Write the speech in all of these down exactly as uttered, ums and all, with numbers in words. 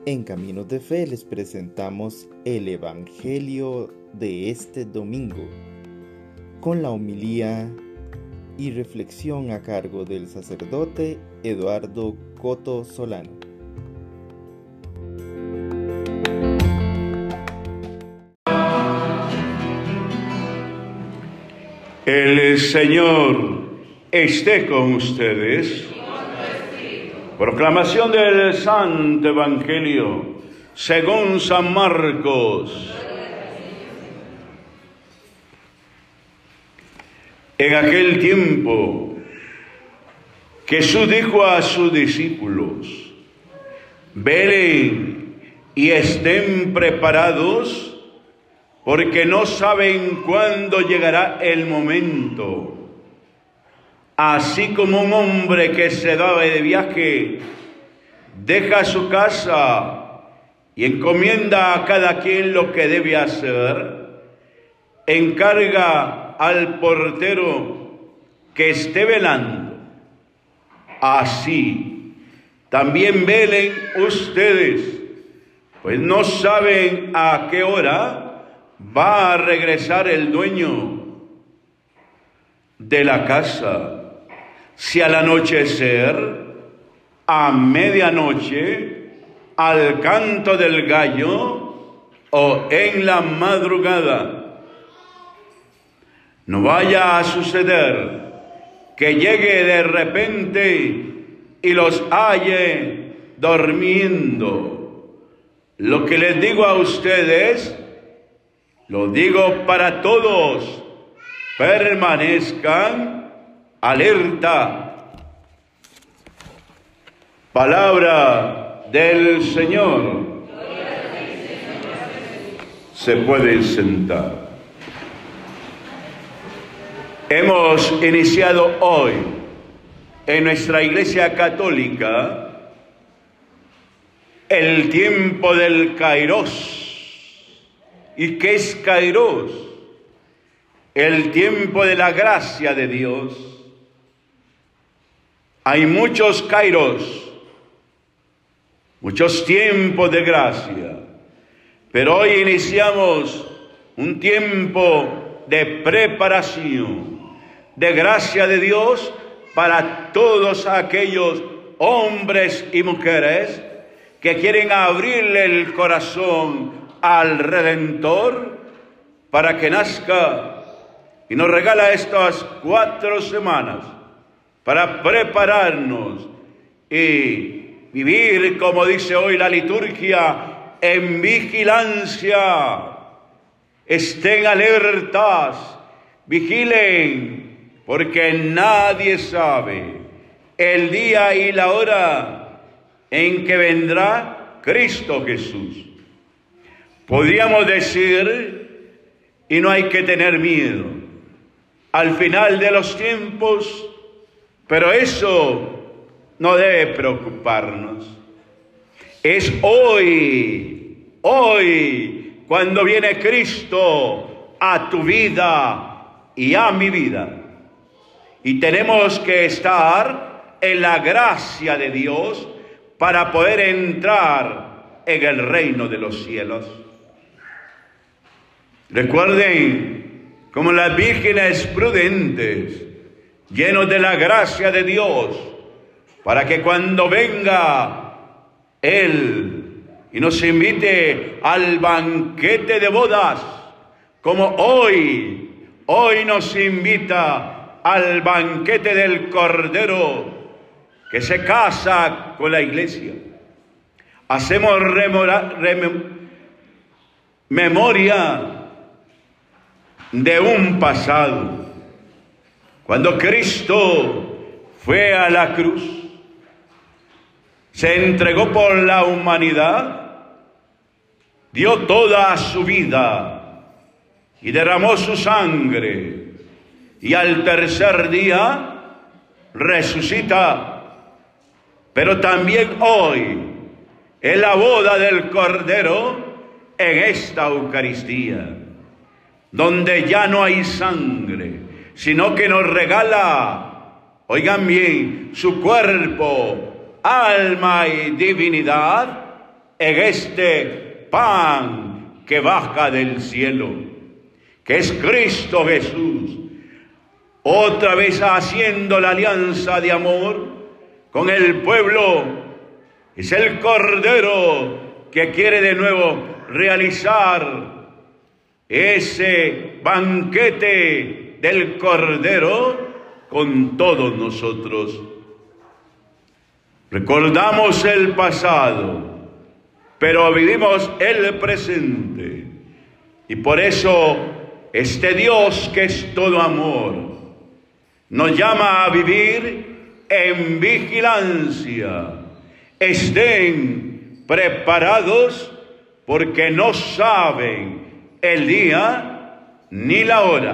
En Caminos de Fe les presentamos el Evangelio de este domingo, con la homilía y reflexión a cargo del sacerdote Eduardo Coto Solano. El Señor esté con ustedes. Proclamación del Santo Evangelio según San Marcos. En aquel tiempo, Jesús dijo a sus discípulos: velen y estén preparados, porque no saben cuándo llegará el momento. Así como un hombre que se va de viaje deja su casa y encomienda a cada quien lo que debe hacer, encarga al portero que esté velando. Así también velen ustedes, pues no saben a qué hora va a regresar el dueño de la casa. Si al anochecer, a medianoche, al canto del gallo o en la madrugada. No vaya a suceder que llegue de repente y los halle durmiendo. Lo que les digo a ustedes, lo digo para todos: permanezcan alerta. Palabra del Señor. Se pueden sentar. Hemos iniciado hoy en nuestra Iglesia Católica el tiempo del Kairos. ¿Y qué es Kairos? El tiempo de la gracia de Dios. Hay muchos kairos, muchos tiempos de gracia, pero hoy iniciamos un tiempo de preparación, de gracia de Dios para todos aquellos hombres y mujeres que quieren abrirle el corazón al Redentor para que nazca, y nos regala estas cuatro semanas para prepararnos y vivir, como dice hoy la liturgia, en vigilancia. Estén alertas, vigilen, porque nadie sabe el día y la hora en que vendrá Cristo Jesús. Podríamos decir, y no hay que tener miedo, al final de los tiempos, pero eso no debe preocuparnos. Es hoy, hoy, cuando viene Cristo a tu vida y a mi vida. Y tenemos que estar en la gracia de Dios para poder entrar en el reino de los cielos. Recuerden, como las vírgenes prudentes, llenos de la gracia de Dios, para que cuando venga Él y nos invite al banquete de bodas, como hoy, hoy nos invita al banquete del Cordero que se casa con la Iglesia. Hacemos remora, rem, memoria de un pasado, cuando Cristo fue a la cruz, se entregó por la humanidad, dio toda su vida y derramó su sangre, y al tercer día resucita. Pero también hoy, en la boda del Cordero, en esta Eucaristía, donde ya no hay sangre, sino que nos regala, oigan bien, su cuerpo, alma y divinidad, en este pan que baja del cielo, que es Cristo Jesús, otra vez haciendo la alianza de amor con el pueblo. Es el Cordero que quiere de nuevo realizar ese banquete del Cordero con todos nosotros. Recordamos el pasado, pero vivimos el presente. Y por eso este Dios, que es todo amor, nos llama a vivir en vigilancia. Estén preparados, porque no saben el día ni la hora.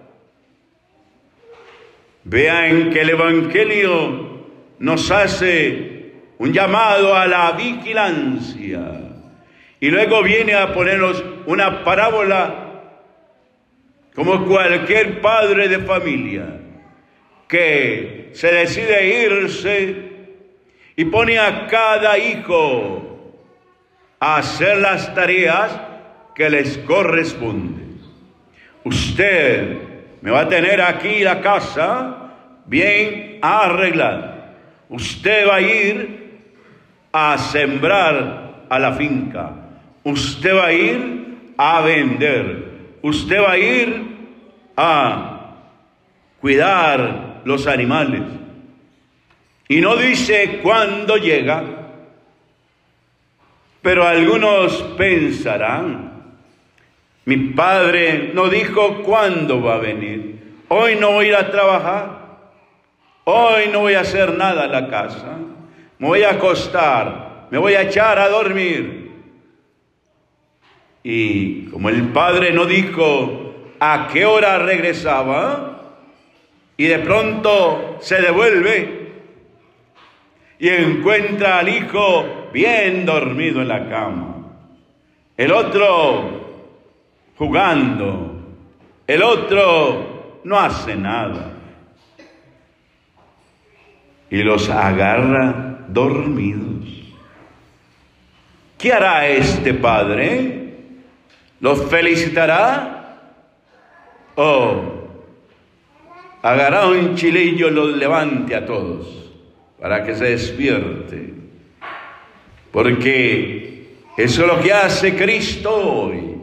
Vean que el Evangelio nos hace un llamado a la vigilancia, y luego viene a ponernos una parábola, como cualquier padre de familia que se decide irse y pone a cada hijo a hacer las tareas que les corresponden. Usted me va a tener aquí la casa bien arreglada. Usted va a ir a sembrar a la finca. Usted va a ir a vender. Usted va a ir a cuidar los animales. Y no dice cuándo llega, pero algunos pensarán: mi padre no dijo cuándo va a venir. Hoy no voy a ir a trabajar. Hoy no voy a hacer nada en la casa. Me voy a acostar. Me voy a echar a dormir. Y como el padre no dijo a qué hora regresaba, y de pronto se devuelve y encuentra al hijo bien dormido en la cama, el otro jugando, el otro no hace nada, y los agarra dormidos. ¿Qué hará este padre? ¿Los felicitará? ¿O agarrará un chilillo y los levante a todos para que se despierte? Porque eso es lo que hace Cristo hoy.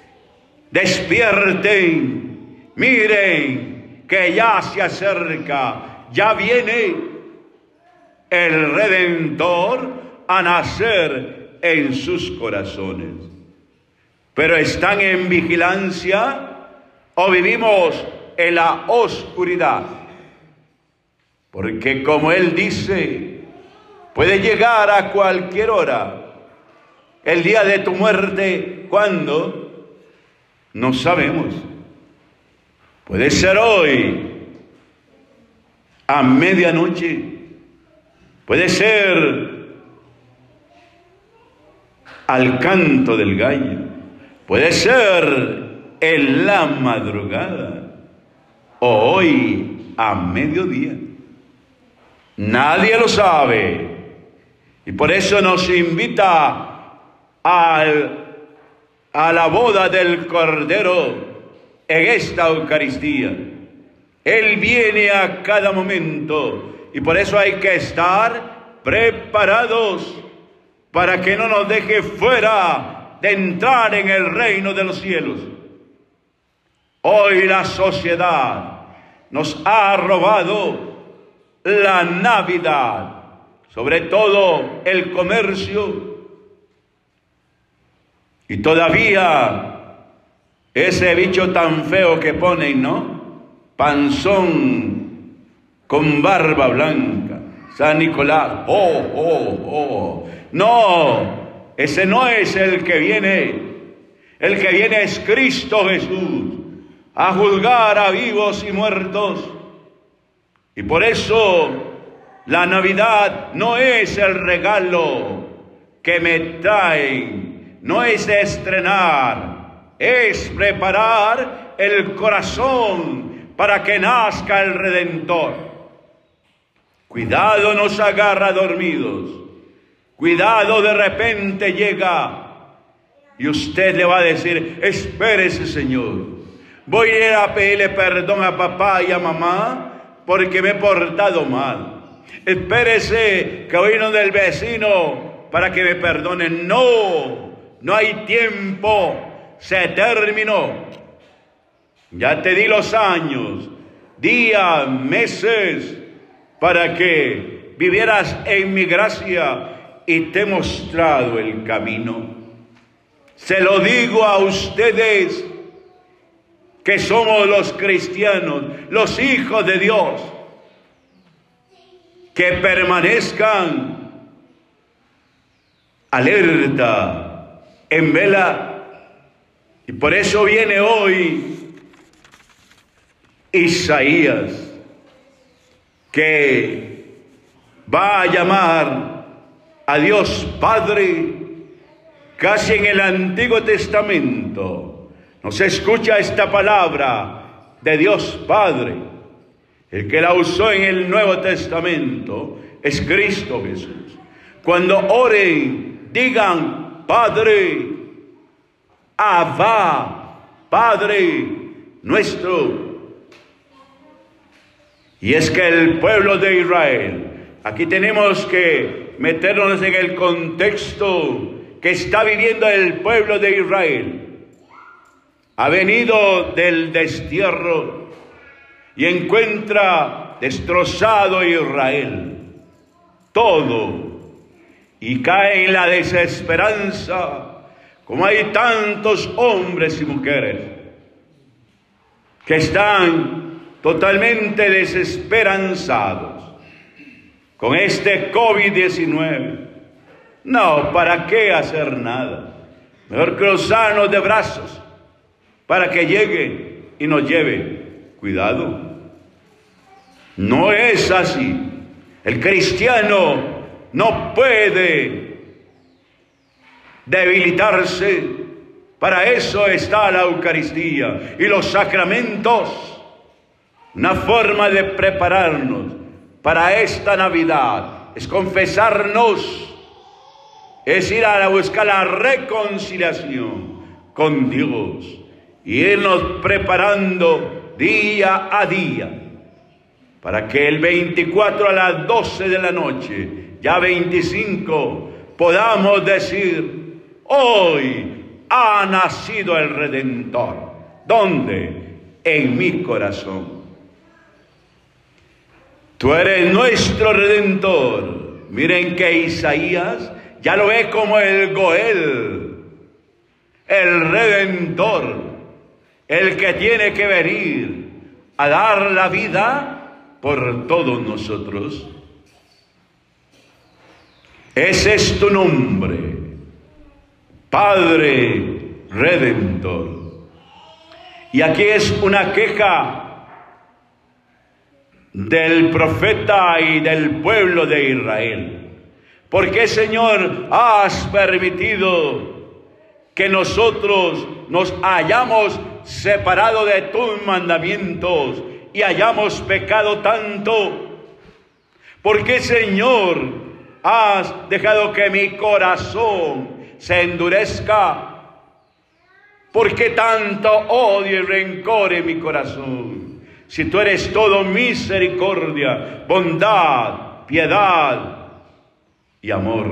Despierten, miren que ya se acerca, ya viene el Redentor a nacer en sus corazones. Pero ¿están en vigilancia o vivimos en la oscuridad? Porque como Él dice, puede llegar a cualquier hora. El día de tu muerte, ¿cuándo? No sabemos. Puede ser hoy, a medianoche. Puede ser al canto del gallo. Puede ser en la madrugada o hoy a mediodía. Nadie lo sabe. Y por eso nos invita al, a la boda del Cordero en esta Eucaristía. Él viene a cada momento y por eso hay que estar preparados para que no nos deje fuera de entrar en el reino de los cielos. Hoy la sociedad nos ha robado la Navidad, sobre todo el comercio, y todavía ese bicho tan feo que ponen, ¿no? Panzón con barba blanca, San Nicolás, oh, oh, oh. No, ese no es el que viene. El que viene es Cristo Jesús a juzgar a vivos y muertos. Y por eso la Navidad no es el regalo que me traen, no es estrenar, es preparar el corazón para que nazca el Redentor. Cuidado, nos agarra dormidos. Cuidado, de repente llega y usted le va a decir: espérese, Señor, voy a ir a pedirle perdón a papá y a mamá porque me he portado mal. Espérese que voy a ir donde el vecino para que me perdonen. No, no hay tiempo, se terminó. Ya te di los años, días, meses, para que vivieras en mi gracia y te he mostrado el camino. Se lo digo a ustedes que somos los cristianos, los hijos de Dios, que permanezcan alerta, en vela. Y por eso viene hoy Isaías, que va a llamar a Dios Padre. Casi en el Antiguo Testamento no se escucha esta palabra de Dios Padre. El que la usó en el Nuevo Testamento es Cristo Jesús. Cuando oren, digan: Padre, Abba, Padre nuestro. Y es que el pueblo de Israel, aquí tenemos que meternos en el contexto que está viviendo el pueblo de Israel. Ha venido del destierro y encuentra destrozado Israel todo, y cae en la desesperanza, como hay tantos hombres y mujeres que están totalmente desesperanzados con este COVID diecinueve. No, ¿para qué hacer nada? Mejor cruzarnos de brazos para que llegue y nos lleve. Cuidado, no es así. El cristiano no puede debilitarse. Para eso está la Eucaristía y los sacramentos. Una forma de prepararnos para esta Navidad es confesarnos, es ir a buscar la reconciliación con Dios y irnos preparando día a día para que el veinticuatro a las doce de la noche, ya veinticinco, podamos decir: hoy ha nacido el Redentor. ¿Dónde? En mi corazón. Tú eres nuestro Redentor. Miren que Isaías ya lo ve como el Goel, el Redentor, el que tiene que venir a dar la vida por todos nosotros. Ese es tu nombre, Padre Redentor. Y aquí es una queja del profeta y del pueblo de Israel. ¿Por qué, Señor, has permitido que nosotros nos hayamos separado de tus mandamientos y hayamos pecado tanto? ¿Por qué, Señor, has dejado que mi corazón se endurezca? ¿Por qué tanto odio y rencor en mi corazón? Si tú eres todo misericordia, bondad, piedad y amor.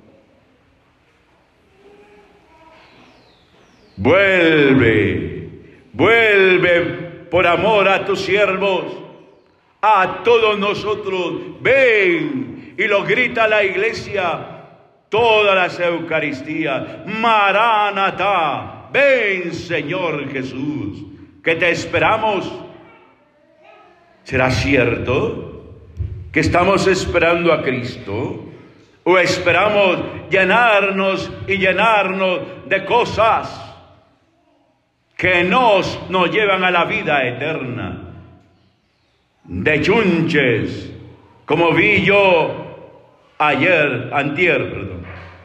Vuelve, vuelve por amor a tus siervos, a todos nosotros. Ven, y lo grita la iglesia, todas las Eucaristías: Maranatá, ven, Señor Jesús, que te esperamos. ¿Será cierto que estamos esperando a Cristo? ¿O esperamos llenarnos y llenarnos de cosas que nos, nos llevan a la vida eterna? De chunches, como vi yo ayer, antier, perdón,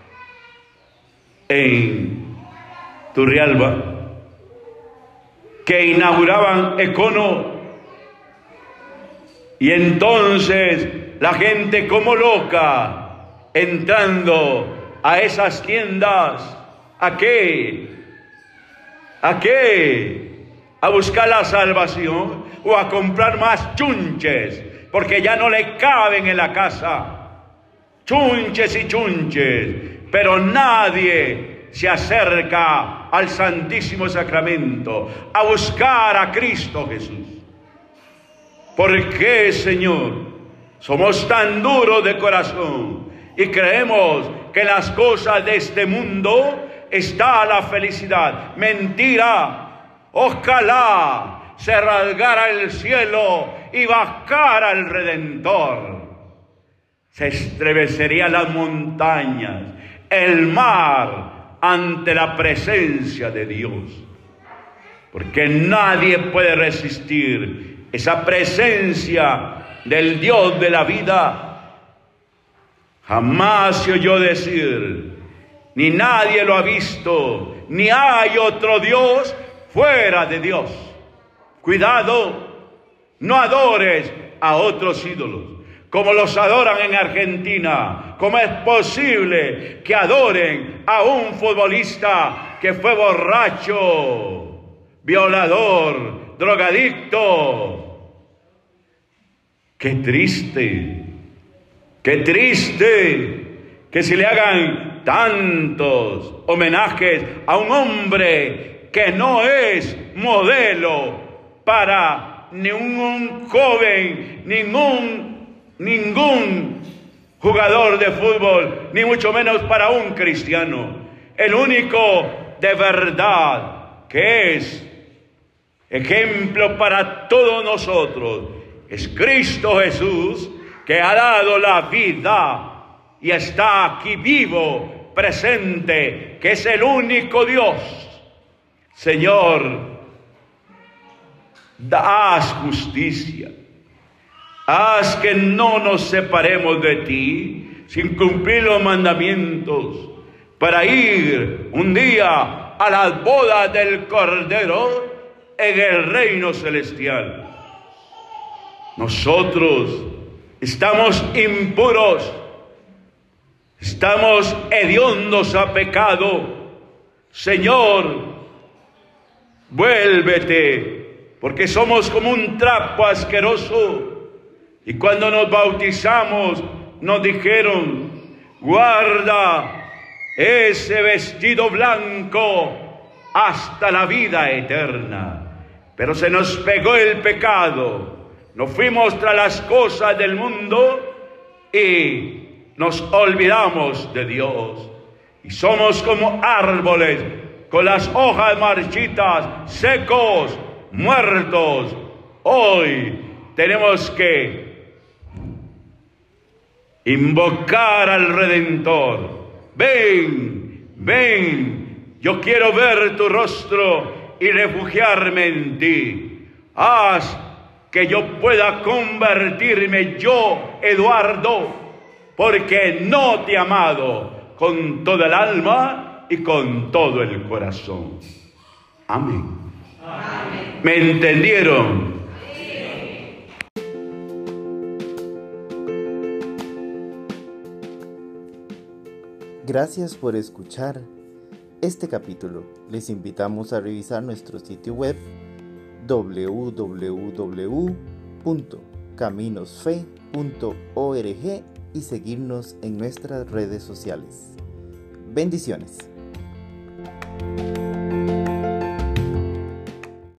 en Turrialba, que inauguraban Econo. Y entonces la gente como loca entrando a esas tiendas. ¿A qué? ¿A qué? ¿A buscar la salvación o a comprar más chunches? Porque ya no le caben en la casa. Chunches y chunches. Pero nadie se acerca al Santísimo Sacramento a buscar a Cristo Jesús. ¿Por qué, Señor, somos tan duros de corazón y creemos que en las cosas de este mundo está la felicidad? Mentira. Ojalá se rasgara el cielo y bajara el Redentor. Se estremecerían las montañas, el mar, ante la presencia de Dios. Porque nadie puede resistir esa presencia del Dios de la vida. Jamás se oyó decir, ni nadie lo ha visto, ni hay otro Dios fuera de Dios. Cuidado, no adores a otros ídolos, como los adoran en Argentina. ¿Cómo es posible que adoren a un futbolista que fue borracho, violador, drogadicto? ¡Qué triste! ¡Qué triste que se le hagan tantos homenajes a un hombre que no es modelo para ningún joven, ningún, ningún jugador de fútbol, ni mucho menos para un cristiano? El único de verdad que es ejemplo para todos nosotros es Cristo Jesús, que ha dado la vida y está aquí vivo, presente, que es el único Dios. Señor, haz justicia, haz que no nos separemos de ti sin cumplir los mandamientos, para ir un día a las bodas del Cordero en el reino celestial. Nosotros estamos impuros, estamos hediondos a pecado. Señor, vuélvete, porque somos como un trapo asqueroso. Y cuando nos bautizamos, nos dijeron, guarda ese vestido blanco hasta la vida eterna. Pero se nos pegó el pecado, nos fuimos tras las cosas del mundo y nos olvidamos de Dios. Y somos como árboles con las hojas marchitas, secos, muertos. Hoy tenemos que invocar al Redentor. Ven, ven, yo quiero ver tu rostro y refugiarme en ti. Haz que yo pueda convertirme yo, Eduardo, porque no te he amado con toda el alma y con todo el corazón. Amén. Amén. ¿Me entendieron? Gracias por escuchar este capítulo. Les invitamos a revisar nuestro sitio web doble u doble u doble u punto caminos fe punto org y seguirnos en nuestras redes sociales. Bendiciones.